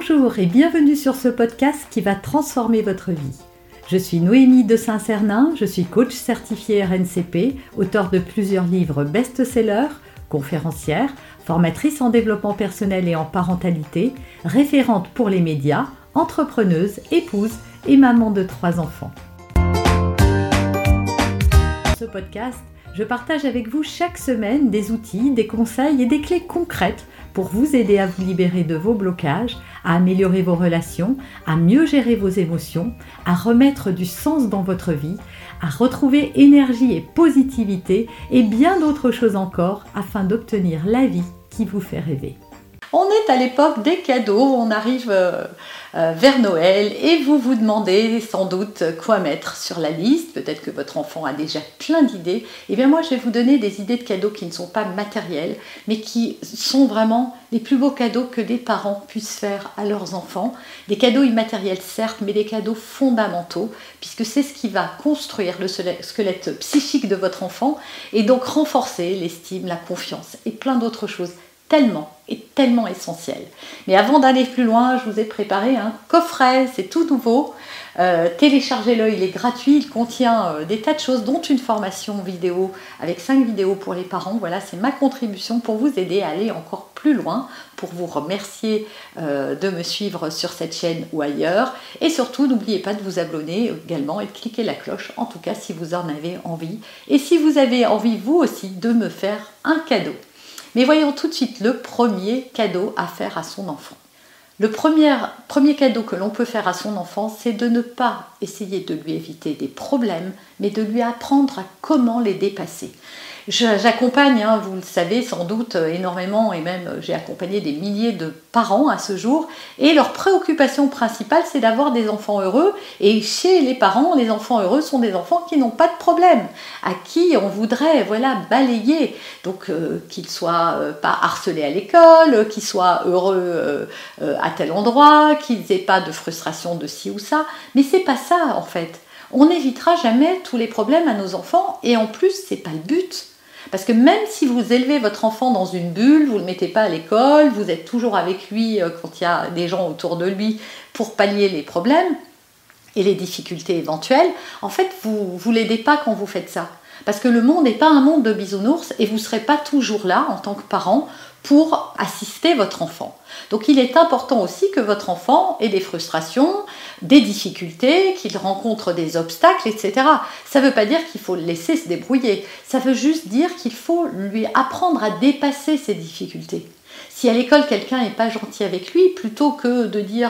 Bonjour et bienvenue sur ce podcast qui va transformer votre vie. Je suis Noémie de Saint-Cernin, je suis coach certifiée RNCP, auteure de plusieurs livres best-sellers, conférencière, formatrice en développement personnel et en parentalité, référente pour les médias, entrepreneuse, épouse et maman de 3 enfants. Dans ce podcast, je partage avec vous chaque semaine des outils, des conseils et des clés concrètes pour vous aider à vous libérer de vos blocages, à améliorer vos relations, à mieux gérer vos émotions, à remettre du sens dans votre vie, à retrouver énergie et positivité et bien d'autres choses encore afin d'obtenir la vie qui vous fait rêver. On est à l'époque des cadeaux, on arrive vers Noël et vous vous demandez sans doute quoi mettre sur la liste. Peut-être que votre enfant a déjà plein d'idées. Et bien moi je vais vous donner des idées de cadeaux qui ne sont pas matériels, mais qui sont vraiment les plus beaux cadeaux que les parents puissent faire à leurs enfants. Des cadeaux immatériels certes, mais des cadeaux fondamentaux, puisque c'est ce qui va construire le squelette psychique de votre enfant et donc renforcer l'estime, la confiance et plein d'autres choses tellement essentiel. Mais avant d'aller plus loin, je vous ai préparé un coffret, c'est tout nouveau. Téléchargez-le, il est gratuit, il contient des tas de choses, dont une formation vidéo avec 5 vidéos pour les parents. Voilà, c'est ma contribution pour vous aider à aller encore plus loin, pour vous remercier de me suivre sur cette chaîne ou ailleurs. Et surtout, n'oubliez pas de vous abonner également et de cliquer la cloche, en tout cas si vous en avez envie. Et si vous avez envie, vous aussi, de me faire un cadeau. Mais voyons tout de suite le premier cadeau à faire à son enfant. Le premier cadeau que l'on peut faire à son enfant, c'est de ne pas essayer de lui éviter des problèmes, mais de lui apprendre à comment les dépasser. J'accompagne, vous le savez sans doute, énormément, et même j'ai accompagné des milliers de parents à ce jour, et leur préoccupation principale, c'est d'avoir des enfants heureux, et chez les parents, les enfants heureux sont des enfants qui n'ont pas de problème, à qui on voudrait balayer, donc qu'ils soient pas harcelés à l'école, qu'ils soient heureux à tel endroit, qu'ils n'aient pas de frustration de ci ou ça, mais c'est pas ça en fait. On n'évitera jamais tous les problèmes à nos enfants, et en plus, c'est pas le but. Parce que même si vous élevez votre enfant dans une bulle, vous ne le mettez pas à l'école, vous êtes toujours avec lui quand il y a des gens autour de lui pour pallier les problèmes et les difficultés éventuelles, en fait, vous ne l'aidez pas quand vous faites ça. Parce que le monde n'est pas un monde de bisounours et vous ne serez pas toujours là en tant que parent pour assister votre enfant. Donc il est important aussi que votre enfant ait des frustrations, des difficultés, qu'il rencontre des obstacles, etc. Ça ne veut pas dire qu'il faut le laisser se débrouiller, ça veut juste dire qu'il faut lui apprendre à dépasser ces difficultés. Si à l'école quelqu'un n'est pas gentil avec lui, plutôt que de dire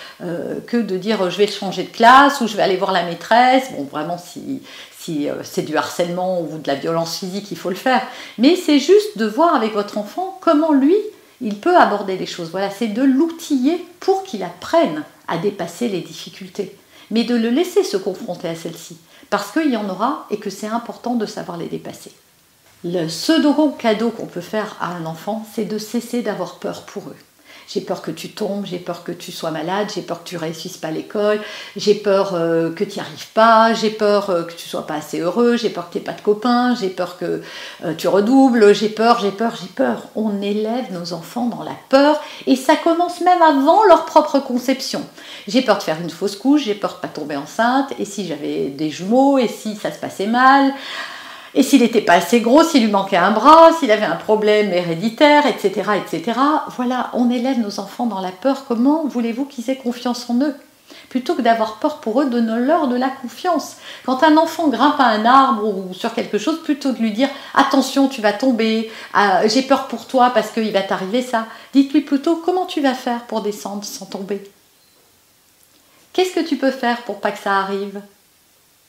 je vais le changer de classe ou je vais aller voir la maîtresse, bon vraiment si c'est du harcèlement ou de la violence physique, il faut le faire. Mais c'est juste de voir avec votre enfant comment lui, il peut aborder les choses. Voilà, c'est de l'outiller pour qu'il apprenne à dépasser les difficultés. Mais de le laisser se confronter à celles-ci, parce qu'il y en aura et que c'est important de savoir les dépasser. Le second cadeau qu'on peut faire à un enfant, c'est de cesser d'avoir peur pour eux. J'ai peur que tu tombes, j'ai peur que tu sois malade, j'ai peur que tu ne réussisses pas à l'école, j'ai peur que tu n'y arrives pas, j'ai peur que tu ne sois pas assez heureux, j'ai peur que tu n'aies pas de copains, j'ai peur que tu redoubles, j'ai peur. On élève nos enfants dans la peur et ça commence même avant leur propre conception. J'ai peur de faire une fausse couche, j'ai peur de ne pas tomber enceinte, et si j'avais des jumeaux, et si ça se passait mal, et s'il n'était pas assez gros, s'il lui manquait un bras, s'il avait un problème héréditaire, etc., etc. Voilà, on élève nos enfants dans la peur. Comment voulez-vous qu'ils aient confiance en eux ? Plutôt que d'avoir peur pour eux, donnons-leur de la confiance. Quand un enfant grimpe à un arbre ou sur quelque chose, plutôt de lui dire « Attention, tu vas tomber, j'ai peur pour toi parce qu'il va t'arriver ça », dites-lui plutôt « Comment tu vas faire pour descendre sans tomber ?» Qu'est-ce que tu peux faire pour pas que ça arrive ? Voyez ?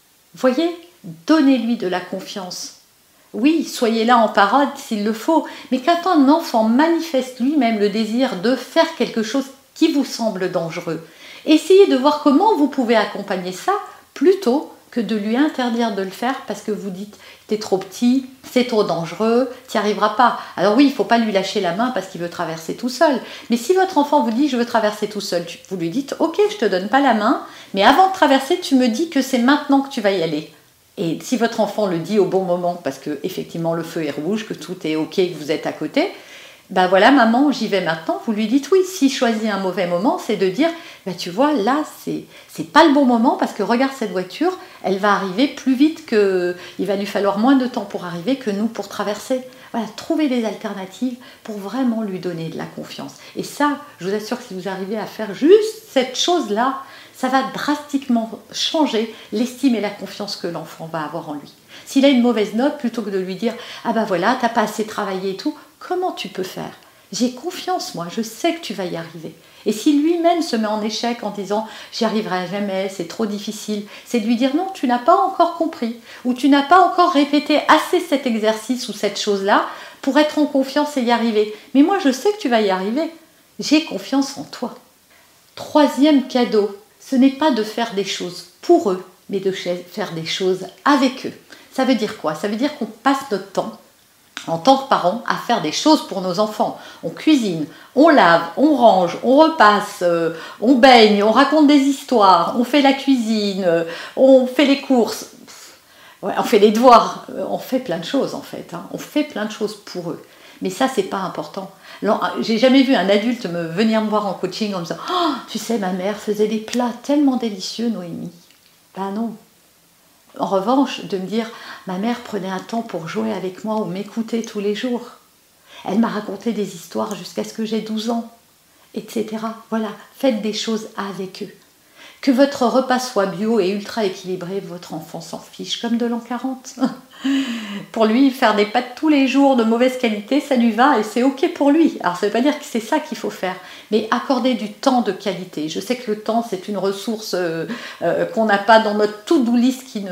Donnez-lui de la confiance. Oui, soyez là en parade s'il le faut, mais quand un enfant manifeste lui-même le désir de faire quelque chose qui vous semble dangereux, essayez de voir comment vous pouvez accompagner ça plutôt que de lui interdire de le faire parce que vous dites « t'es trop petit, c'est trop dangereux, tu n'y arriveras pas ». Alors oui, il ne faut pas lui lâcher la main parce qu'il veut traverser tout seul. Mais si votre enfant vous dit « je veux traverser tout seul », vous lui dites « ok, je ne te donne pas la main, mais avant de traverser, tu me dis que c'est maintenant que tu vas y aller ». Et si votre enfant le dit au bon moment, parce que effectivement le feu est rouge, que tout est ok, que vous êtes à côté, Ben voilà, maman, j'y vais maintenant. Vous lui dites oui. S'il choisit un mauvais moment, c'est de dire, ben tu vois, là, c'est pas le bon moment parce que regarde cette voiture, elle va arriver plus vite que... Il va lui falloir moins de temps pour arriver que nous pour traverser. Voilà, trouver des alternatives pour vraiment lui donner de la confiance. Et ça, je vous assure que si vous arrivez à faire juste cette chose-là, ça va drastiquement changer l'estime et la confiance que l'enfant va avoir en lui. S'il a une mauvaise note, plutôt que de lui dire « Ah ben voilà, t'as pas assez travaillé et tout », comment tu peux faire ? J'ai confiance, moi, je sais que tu vas y arriver. Et si lui-même se met en échec en disant « J'y arriverai jamais, c'est trop difficile », c'est de lui dire « Non, tu n'as pas encore compris » ou « Tu n'as pas encore répété assez cet exercice ou cette chose-là pour être en confiance et y arriver. Mais moi, je sais que tu vas y arriver. J'ai confiance en toi. » Troisième cadeau, ce n'est pas de faire des choses pour eux, mais de faire des choses avec eux. Ça veut dire quoi ? Ça veut dire qu'on passe notre temps, en tant que parents, à faire des choses pour nos enfants. On cuisine, on lave, on range, on repasse, on baigne, on raconte des histoires, on fait la cuisine, on fait les courses, ouais, on fait les devoirs, on fait plein de choses en fait. On fait plein de choses pour eux. Mais ça, c'est pas important. Alors, j'ai jamais vu un adulte venir me voir en coaching en me disant « Oh, tu sais, ma mère faisait des plats tellement délicieux, Noémie. » Ben non. En revanche, de me dire « Ma mère prenait un temps pour jouer avec moi ou m'écouter tous les jours. Elle m'a raconté des histoires jusqu'à ce que j'ai 12 ans, etc. » Voilà, faites des choses avec eux. Que votre repas soit bio et ultra équilibré, votre enfant s'en fiche comme de l'an 40. Pour lui, faire des pâtes tous les jours de mauvaise qualité, ça lui va et c'est ok pour lui. Alors ça ne veut pas dire que c'est ça qu'il faut faire, mais accorder du temps de qualité. Je sais que le temps, c'est une ressource qu'on n'a pas dans notre to-do list qui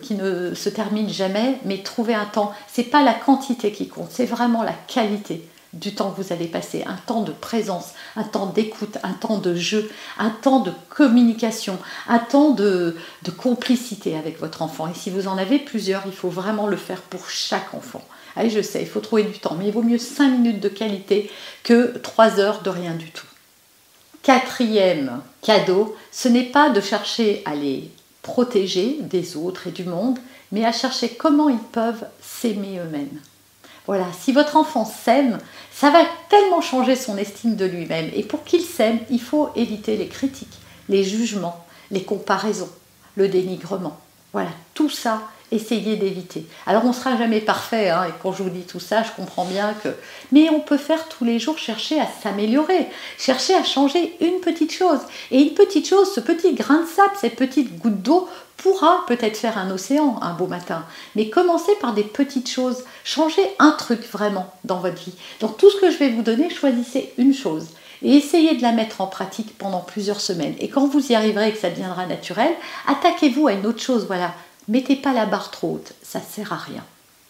ne se termine jamais, mais trouver un temps, c'est pas la quantité qui compte, c'est vraiment la qualité du temps que vous allez passer, un temps de présence, un temps d'écoute, un temps de jeu, un temps de communication, un temps de complicité avec votre enfant. Et si vous en avez plusieurs, il faut vraiment le faire pour chaque enfant. Allez, je sais, il faut trouver du temps, mais il vaut mieux 5 minutes de qualité que 3 heures de rien du tout. Quatrième cadeau, ce n'est pas de chercher à les protéger des autres et du monde, mais à chercher comment ils peuvent s'aimer eux-mêmes. Voilà, si votre enfant s'aime, ça va tellement changer son estime de lui-même. Et pour qu'il s'aime, il faut éviter les critiques, les jugements, les comparaisons, le dénigrement. Voilà, tout ça, essayez d'éviter. Alors on ne sera jamais parfait, et quand je vous dis tout ça, je comprends bien que... Mais on peut faire tous les jours, chercher à s'améliorer, chercher à changer une petite chose. Et une petite chose, ce petit grain de sable, cette petite goutte d'eau, pourra peut-être faire un océan un beau matin. Mais commencez par des petites choses. Changez un truc vraiment dans votre vie. Donc tout ce que je vais vous donner, choisissez une chose. Et essayez de la mettre en pratique pendant plusieurs semaines. Et quand vous y arriverez et que ça deviendra naturel, attaquez-vous à une autre chose. Voilà, mettez pas la barre trop haute. Ça ne sert à rien.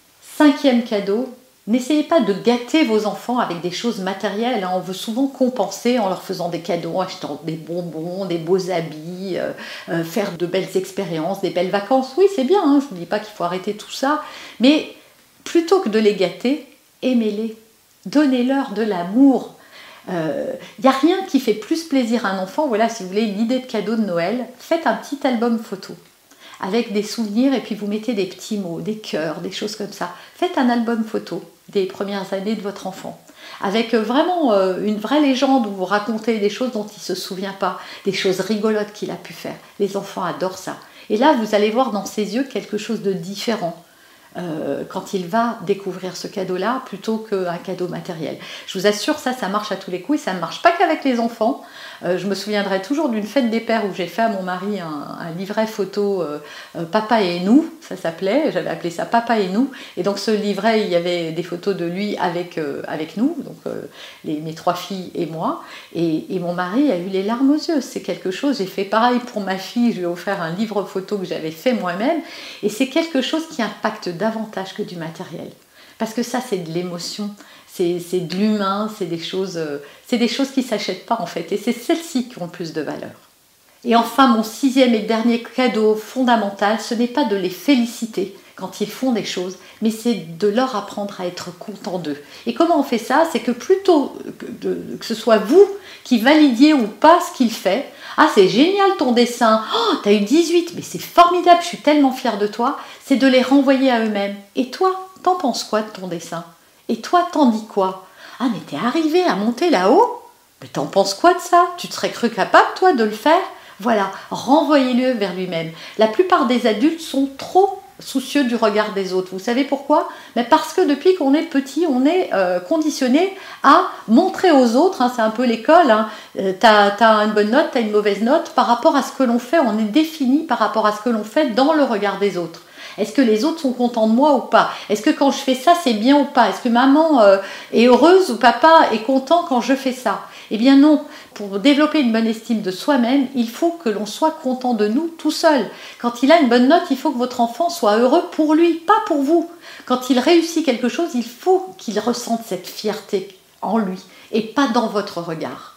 5e cadeau. N'essayez pas de gâter vos enfants avec des choses matérielles. On veut souvent compenser en leur faisant des cadeaux, en achetant des bonbons, des beaux habits, faire de belles expériences, des belles vacances. Oui, c'est bien, je ne vous dis pas qu'il faut arrêter tout ça. Mais plutôt que de les gâter, aimez-les. Donnez-leur de l'amour. Il n'y a rien qui fait plus plaisir à un enfant. Voilà, si vous voulez une idée de cadeau de Noël, faites un petit album photo avec des souvenirs et puis vous mettez des petits mots, des cœurs, des choses comme ça. Faites un album photo des premières années de votre enfant, avec vraiment une vraie légende où vous racontez des choses dont il ne se souvient pas, des choses rigolotes qu'il a pu faire. Les enfants adorent ça. Et là, vous allez voir dans ses yeux quelque chose de différent quand il va découvrir ce cadeau-là plutôt qu'un cadeau matériel. Je vous assure, ça marche à tous les coups et ça ne marche pas qu'avec les enfants. Je me souviendrai toujours d'une fête des pères où j'ai fait à mon mari un livret photo Papa et nous, ça s'appelait, j'avais appelé ça Papa et nous, et donc ce livret, il y avait des photos de lui avec nous, donc mes 3 filles et moi, et mon mari a eu les larmes aux yeux. C'est quelque chose, j'ai fait pareil pour ma fille, je lui ai offert un livre photo que j'avais fait moi-même, et c'est quelque chose qui impacte davantage que du matériel, parce que ça c'est de l'émotion, c'est de l'humain, c'est des choses qui ne s'achètent pas en fait, et c'est celles-ci qui ont le plus de valeur. Et enfin, mon 6e et dernier cadeau fondamental, ce n'est pas de les féliciter quand ils font des choses, mais c'est de leur apprendre à être content d'eux. Et comment on fait ça ? C'est que plutôt que ce soit vous qui validiez ou pas ce qu'il fait, ah c'est génial ton dessin, oh t'as eu 18, mais c'est formidable, je suis tellement fière de toi, c'est de les renvoyer à eux-mêmes. Et toi, t'en penses quoi de ton dessin ? Et toi, t'en dis quoi ? Ah, mais t'es arrivé à monter là-haut? Mais t'en penses quoi de ça? Tu te serais cru capable, toi, de le faire? Voilà, renvoyez-le vers lui-même. La plupart des adultes sont trop soucieux du regard des autres. Vous savez pourquoi? Mais parce que depuis qu'on est petit, on est conditionné à montrer aux autres, c'est un peu l'école, t'as une bonne note, t'as une mauvaise note, par rapport à ce que l'on fait, on est défini par rapport à ce que l'on fait dans le regard des autres. Est-ce que les autres sont contents de moi ou pas? Est-ce que quand je fais ça, c'est bien ou pas? Est-ce que maman est heureuse ou papa est content quand je fais ça? Eh bien non, pour développer une bonne estime de soi-même, il faut que l'on soit content de nous tout seul. Quand il a une bonne note, il faut que votre enfant soit heureux pour lui, pas pour vous. Quand il réussit quelque chose, il faut qu'il ressente cette fierté en lui et pas dans votre regard.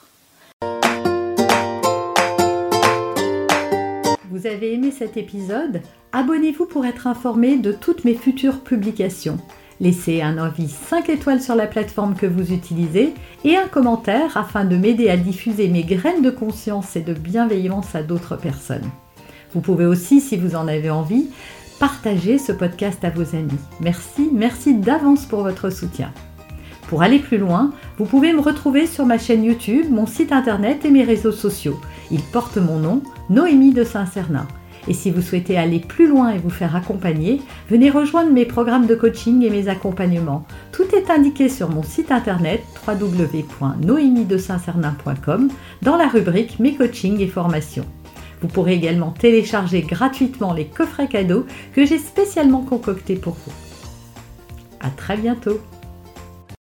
Vous avez aimé cet épisode? Abonnez-vous pour être informé de toutes mes futures publications. Laissez un avis 5 étoiles sur la plateforme que vous utilisez et un commentaire afin de m'aider à diffuser mes graines de conscience et de bienveillance à d'autres personnes. Vous pouvez aussi, si vous en avez envie, partager ce podcast à vos amis. Merci d'avance pour votre soutien. Pour aller plus loin, vous pouvez me retrouver sur ma chaîne YouTube, mon site internet et mes réseaux sociaux. Ils portent mon nom, Noémie de Saint-Cernin. Et si vous souhaitez aller plus loin et vous faire accompagner, venez rejoindre mes programmes de coaching et mes accompagnements. Tout est indiqué sur mon site internet www.noemidesaintcernin.com dans la rubrique Mes coachings et formations. Vous pourrez également télécharger gratuitement les coffrets cadeaux que j'ai spécialement concoctés pour vous. À très bientôt!